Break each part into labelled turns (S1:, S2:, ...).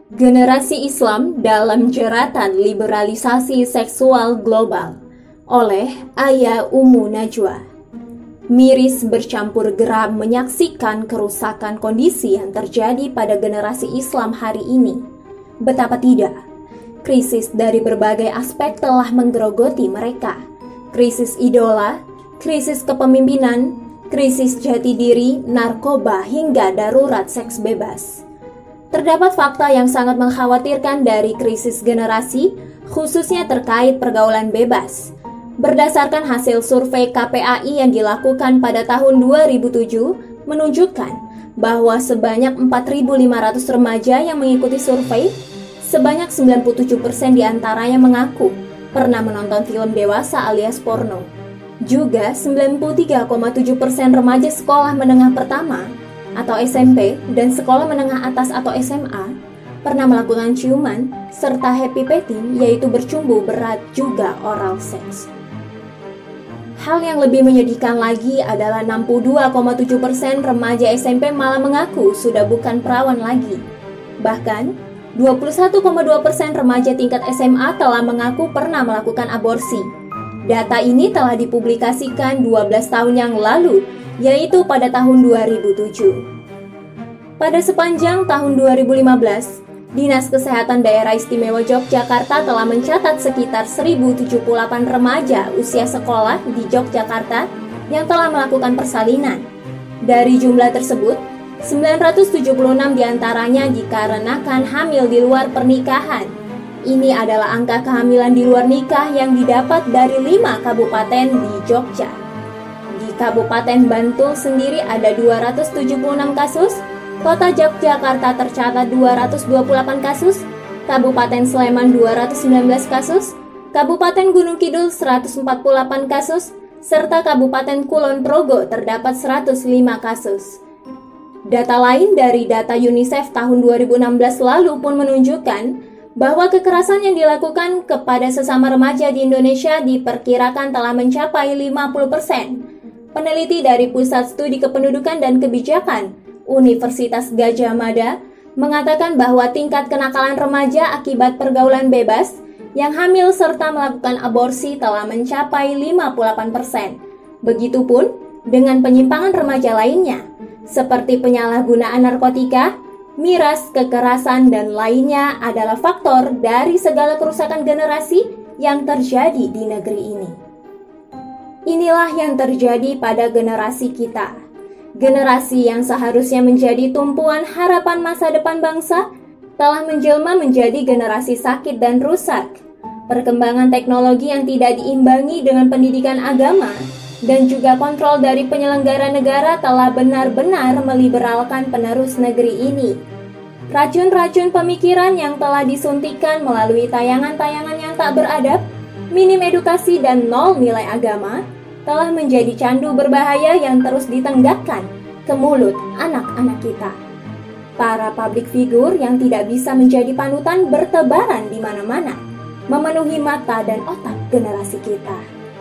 S1: Generasi Islam dalam Jeratan Liberalisasi Seksual Global oleh Aya Ummu Najwa. Miris bercampur geram menyaksikan kerusakan kondisi yang terjadi pada generasi Islam hari ini. Betapa tidak, krisis dari berbagai aspek telah menggerogoti mereka. Krisis idola, krisis kepemimpinan, krisis jati diri, narkoba, hingga darurat seks bebas. Terdapat fakta yang sangat mengkhawatirkan dari krisis generasi, khususnya terkait pergaulan bebas. Berdasarkan hasil survei KPAI yang dilakukan pada tahun 2007, menunjukkan bahwa sebanyak 4.500 remaja yang mengikuti survei, sebanyak 97% diantaranya mengaku pernah menonton film dewasa alias porno. Juga 93,7% remaja sekolah menengah pertama atau SMP dan sekolah menengah atas atau SMA pernah melakukan ciuman serta happy petting, yaitu bercumbu berat juga oral sex. Hal yang lebih menyedihkan lagi adalah 62,7% remaja SMP malah mengaku sudah bukan perawan lagi. Bahkan 21,2% remaja tingkat SMA telah mengaku pernah melakukan aborsi. Data ini telah dipublikasikan 12 tahun yang lalu, yaitu pada tahun 2007. Pada sepanjang tahun 2015, Dinas Kesehatan Daerah Istimewa Yogyakarta telah mencatat sekitar 1.078 remaja usia sekolah di Yogyakarta yang telah melakukan persalinan. Dari jumlah tersebut, 976 diantaranya dikarenakan hamil di luar pernikahan. Ini adalah angka kehamilan di luar nikah yang didapat dari 5 kabupaten di Jogja. Di Kabupaten Bantul sendiri ada 276 kasus, Kota Yogyakarta tercatat 228 kasus, Kabupaten Sleman 219 kasus, Kabupaten Gunung Kidul 148 kasus, serta Kabupaten Kulon Progo terdapat 105 kasus. Data lain dari data UNICEF tahun 2016 lalu pun menunjukkan bahwa kekerasan yang dilakukan kepada sesama remaja di Indonesia diperkirakan telah mencapai 50%. Peneliti dari Pusat Studi Kependudukan dan Kebijakan Universitas Gadjah Mada mengatakan bahwa tingkat kenakalan remaja akibat pergaulan bebas yang hamil serta melakukan aborsi telah mencapai 58%. Begitupun dengan penyimpangan remaja lainnya, seperti penyalahgunaan narkotika, miras, kekerasan, dan lainnya adalah faktor dari segala kerusakan generasi yang terjadi di negeri ini. Inilah yang terjadi pada generasi kita. Generasi yang seharusnya menjadi tumpuan harapan masa depan bangsa telah menjelma menjadi generasi sakit dan rusak. Perkembangan teknologi yang tidak diimbangi dengan pendidikan agama dan juga kontrol dari penyelenggara negara telah benar-benar meliberalkan penerus negeri ini. Racun-racun pemikiran yang telah disuntikan melalui tayangan-tayangan yang tak beradab, minim edukasi dan nol nilai agama, telah menjadi candu berbahaya yang terus ditenggakkan ke mulut anak-anak kita. Para public figure yang tidak bisa menjadi panutan bertebaran di mana-mana, memenuhi mata dan otak generasi kita.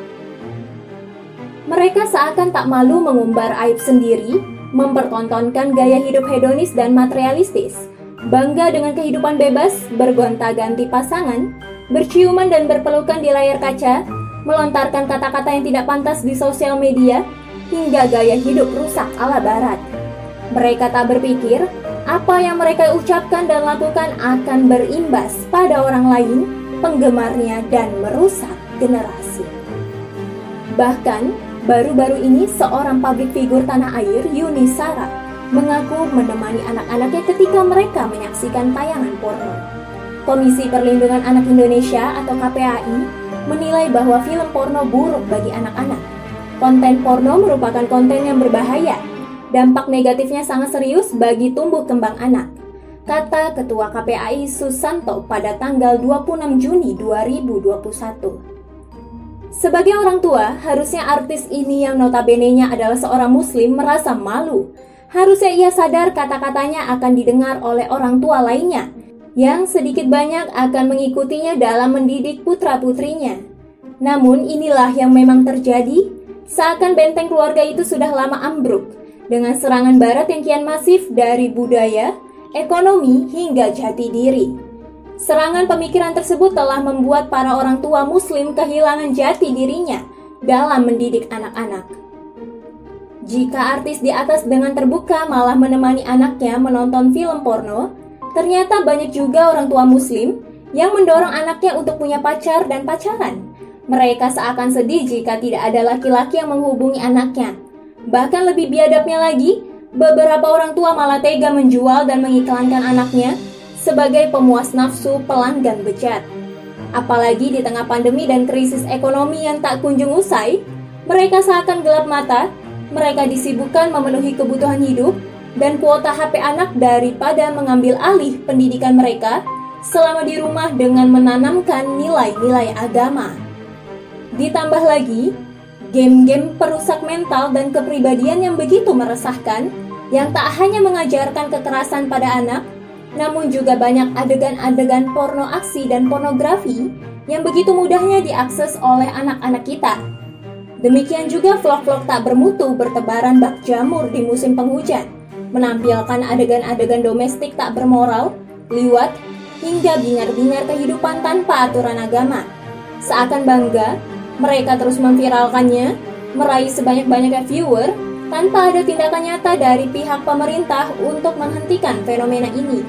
S1: Mereka seakan tak malu mengumbar aib sendiri, mempertontonkan gaya hidup hedonis dan materialistis, bangga dengan kehidupan bebas, bergonta-ganti pasangan, berciuman dan berpelukan di layar kaca, melontarkan kata-kata yang tidak pantas di sosial media, hingga gaya hidup rusak ala barat. Mereka tak berpikir apa yang mereka ucapkan dan lakukan akan berimbas pada orang lain, penggemarnya, dan merusak generasi. Bahkan, baru-baru ini seorang public figure tanah air, Yuni Shara, mengaku menemani anak-anaknya ketika mereka menyaksikan tayangan porno. Komisi Perlindungan Anak Indonesia atau KPAI menilai bahwa film porno buruk bagi anak-anak. Konten porno merupakan konten yang berbahaya. Dampak negatifnya sangat serius bagi tumbuh kembang anak, kata Ketua KPAI Susanto pada tanggal 26 Juni 2021. Sebagai orang tua, harusnya artis ini yang notabene-nya adalah seorang muslim merasa malu. Harusnya ia sadar kata-katanya akan didengar oleh orang tua lainnya, yang sedikit banyak akan mengikutinya dalam mendidik putra-putrinya. Namun inilah yang memang terjadi, seakan benteng keluarga itu sudah lama ambruk, dengan serangan barat yang kian masif dari budaya, ekonomi, hingga jati diri. Serangan pemikiran tersebut telah membuat para orang tua Muslim kehilangan jati dirinya dalam mendidik anak-anak. Jika artis di atas dengan terbuka malah menemani anaknya menonton film porno, ternyata banyak juga orang tua Muslim yang mendorong anaknya untuk punya pacar dan pacaran. Mereka seakan sedih jika tidak ada laki-laki yang menghubungi anaknya. Bahkan lebih biadabnya lagi, beberapa orang tua malah tega menjual dan mengiklankan anaknya sebagai pemuas nafsu pelanggan bejat. Apalagi di tengah pandemi dan krisis ekonomi yang tak kunjung usai, mereka seakan gelap mata. Mereka disibukkan memenuhi kebutuhan hidup dan kuota HP anak daripada mengambil alih pendidikan mereka selama di rumah dengan menanamkan nilai-nilai agama. Ditambah lagi, game-game perusak mental dan kepribadian yang begitu meresahkan, yang tak hanya mengajarkan kekerasan pada anak, namun juga banyak adegan-adegan porno aksi dan pornografi yang begitu mudahnya diakses oleh anak-anak kita. Demikian juga vlog-vlog tak bermutu bertebaran bak jamur di musim penghujan, menampilkan adegan-adegan domestik tak bermoral, liwat, hingga bingar-bingar kehidupan tanpa aturan agama. Seakan bangga, mereka terus memviralkannya, meraih sebanyak-banyaknya viewer, tanpa ada tindakan nyata dari pihak pemerintah untuk menghentikan fenomena ini.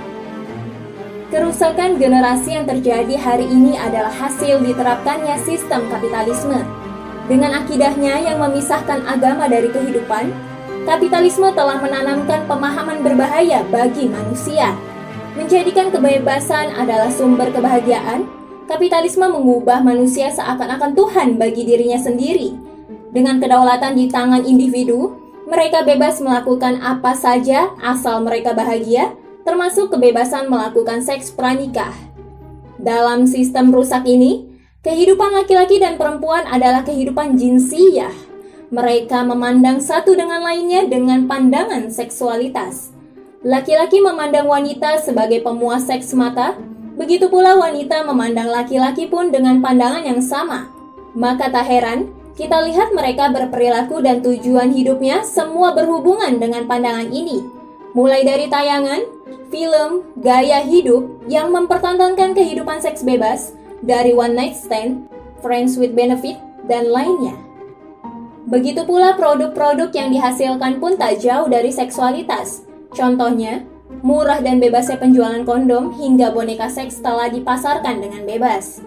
S1: Kerusakan generasi yang terjadi hari ini adalah hasil diterapkannya sistem kapitalisme. Dengan akidahnya yang memisahkan agama dari kehidupan, kapitalisme telah menanamkan pemahaman berbahaya bagi manusia. Menjadikan kebebasan adalah sumber kebahagiaan, kapitalisme mengubah manusia seakan-akan Tuhan bagi dirinya sendiri. Dengan kedaulatan di tangan individu, mereka bebas melakukan apa saja asal mereka bahagia, termasuk kebebasan melakukan seks pranikah. Dalam sistem rusak ini, kehidupan laki-laki dan perempuan adalah kehidupan jinsiyah. Mereka memandang satu dengan lainnya dengan pandangan seksualitas. Laki-laki memandang wanita sebagai pemuas seks semata, begitu pula wanita memandang laki-laki pun dengan pandangan yang sama. Maka tak heran, kita lihat mereka berperilaku dan tujuan hidupnya semua berhubungan dengan pandangan ini. Mulai dari tayangan, film, gaya hidup yang mempertontonkan kehidupan seks bebas, dari one night stand, friends with benefit, dan lainnya. Begitu pula produk-produk yang dihasilkan pun tak jauh dari seksualitas. Contohnya, murah dan bebasnya penjualan kondom hingga boneka seks telah dipasarkan dengan bebas.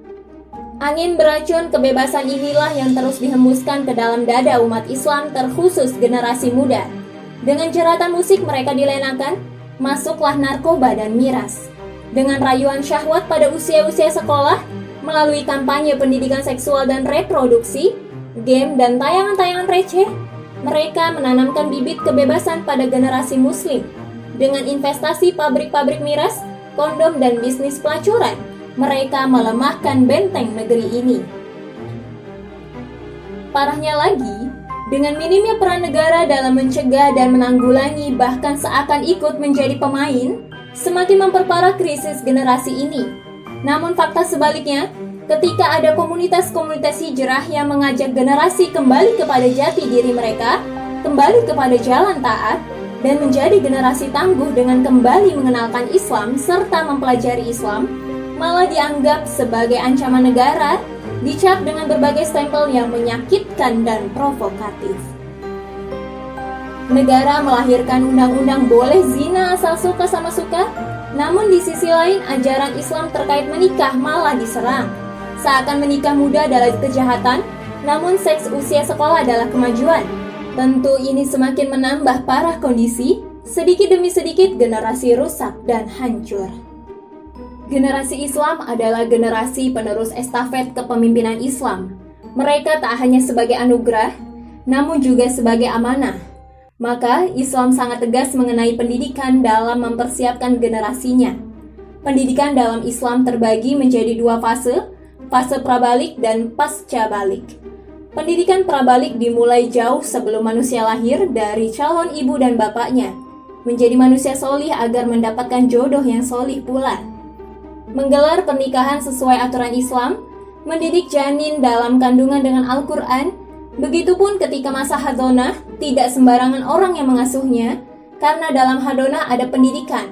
S1: Angin beracun kebebasan inilah yang terus dihembuskan ke dalam dada umat Islam terkhusus generasi muda. Dengan jeratan musik mereka dilenakan, masuklah narkoba dan miras. Dengan rayuan syahwat pada usia-usia sekolah, melalui kampanye pendidikan seksual dan reproduksi, game dan tayangan-tayangan receh, mereka menanamkan bibit kebebasan pada generasi muslim. Dengan investasi pabrik-pabrik miras, kondom dan bisnis pelacuran, mereka melemahkan benteng negeri ini. Parahnya lagi, dengan minimnya peran negara dalam mencegah dan menanggulangi bahkan seakan ikut menjadi pemain, semakin memperparah krisis generasi ini. Namun fakta sebaliknya, ketika ada komunitas-komunitas hijrah yang mengajak generasi kembali kepada jati diri mereka, kembali kepada jalan taat, dan menjadi generasi tangguh dengan kembali mengenalkan Islam serta mempelajari Islam, malah dianggap sebagai ancaman negara, dicap dengan berbagai stempel yang menyakitkan dan provokatif. Negara melahirkan undang-undang boleh zina asal suka sama suka, namun di sisi lain ajaran Islam terkait menikah malah diserang. Seakan menikah muda adalah kejahatan, namun seks usia sekolah adalah kemajuan. Tentu ini semakin menambah parah kondisi, sedikit demi sedikit generasi rusak dan hancur. Generasi Islam adalah generasi penerus estafet kepemimpinan Islam. Mereka tak hanya sebagai anugerah, namun juga sebagai amanah. Maka Islam sangat tegas mengenai pendidikan dalam mempersiapkan generasinya. Pendidikan dalam Islam terbagi menjadi dua fase prabalik dan pasca balik. Pendidikan prabalik dimulai jauh sebelum manusia lahir dari calon ibu dan bapaknya, menjadi manusia solih agar mendapatkan jodoh yang solih pula. Menggelar pernikahan sesuai aturan Islam, mendidik janin dalam kandungan dengan Al-Quran, begitupun ketika masa hadonah, tidak sembarangan orang yang mengasuhnya, karena dalam hadonah ada pendidikan,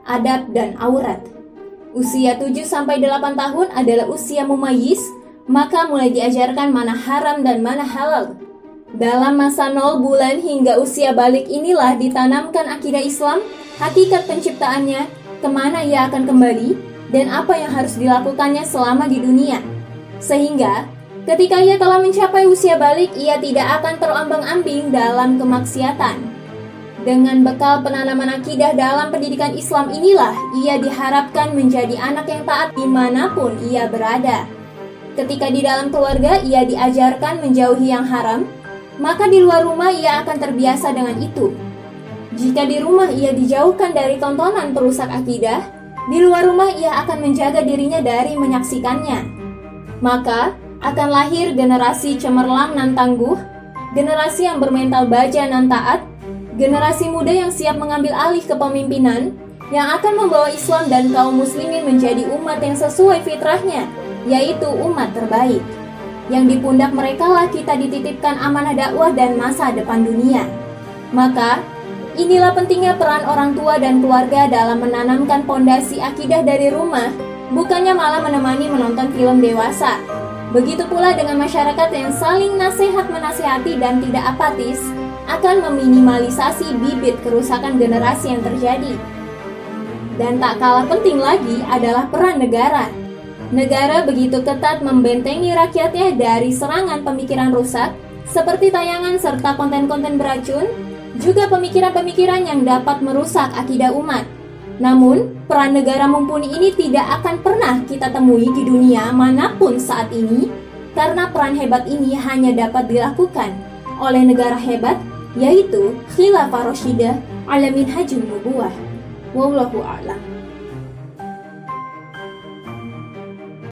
S1: adab, dan aurat. Usia 7-8 tahun adalah usia mumayyiz, maka mulai diajarkan mana haram dan mana halal. Dalam masa 0 bulan hingga usia balik inilah ditanamkan akidah Islam, hakikat penciptaannya, kemana ia akan kembali, dan apa yang harus dilakukannya selama di dunia. Sehingga, ketika ia telah mencapai usia balik, ia tidak akan terombang-ambing dalam kemaksiatan. Dengan bekal penanaman akidah dalam pendidikan Islam inilah, ia diharapkan menjadi anak yang taat dimanapun ia berada. Ketika di dalam keluarga, ia diajarkan menjauhi yang haram, maka di luar rumah ia akan terbiasa dengan itu. Jika di rumah ia dijauhkan dari tontonan perusak akidah, di luar rumah ia akan menjaga dirinya dari menyaksikannya. Maka akan lahir generasi cemerlang nan tangguh, generasi yang bermental baja nan taat, generasi muda yang siap mengambil alih kepemimpinan, yang akan membawa Islam dan kaum muslimin menjadi umat yang sesuai fitrahnya, yaitu umat terbaik. Yang di pundak mereka lah kita dititipkan amanah dakwah dan masa depan dunia. Maka, inilah pentingnya peran orang tua dan keluarga dalam menanamkan pondasi akidah dari rumah, bukannya malah menemani menonton film dewasa. Begitu pula dengan masyarakat yang saling nasihat-menasihati dan tidak apatis, akan meminimalisasi bibit kerusakan generasi yang terjadi. Dan tak kalah penting lagi adalah peran negara. Negara begitu ketat membentengi rakyatnya dari serangan pemikiran rusak, seperti tayangan serta konten-konten beracun, juga pemikiran-pemikiran yang dapat merusak akidah umat. Namun, peran negara mumpuni ini tidak akan pernah kita temui di dunia manapun saat ini, karena peran hebat ini hanya dapat dilakukan oleh negara hebat, yaitu Khilafah Rasyidah ala minhajun nubuwah. Wallahu a'lam.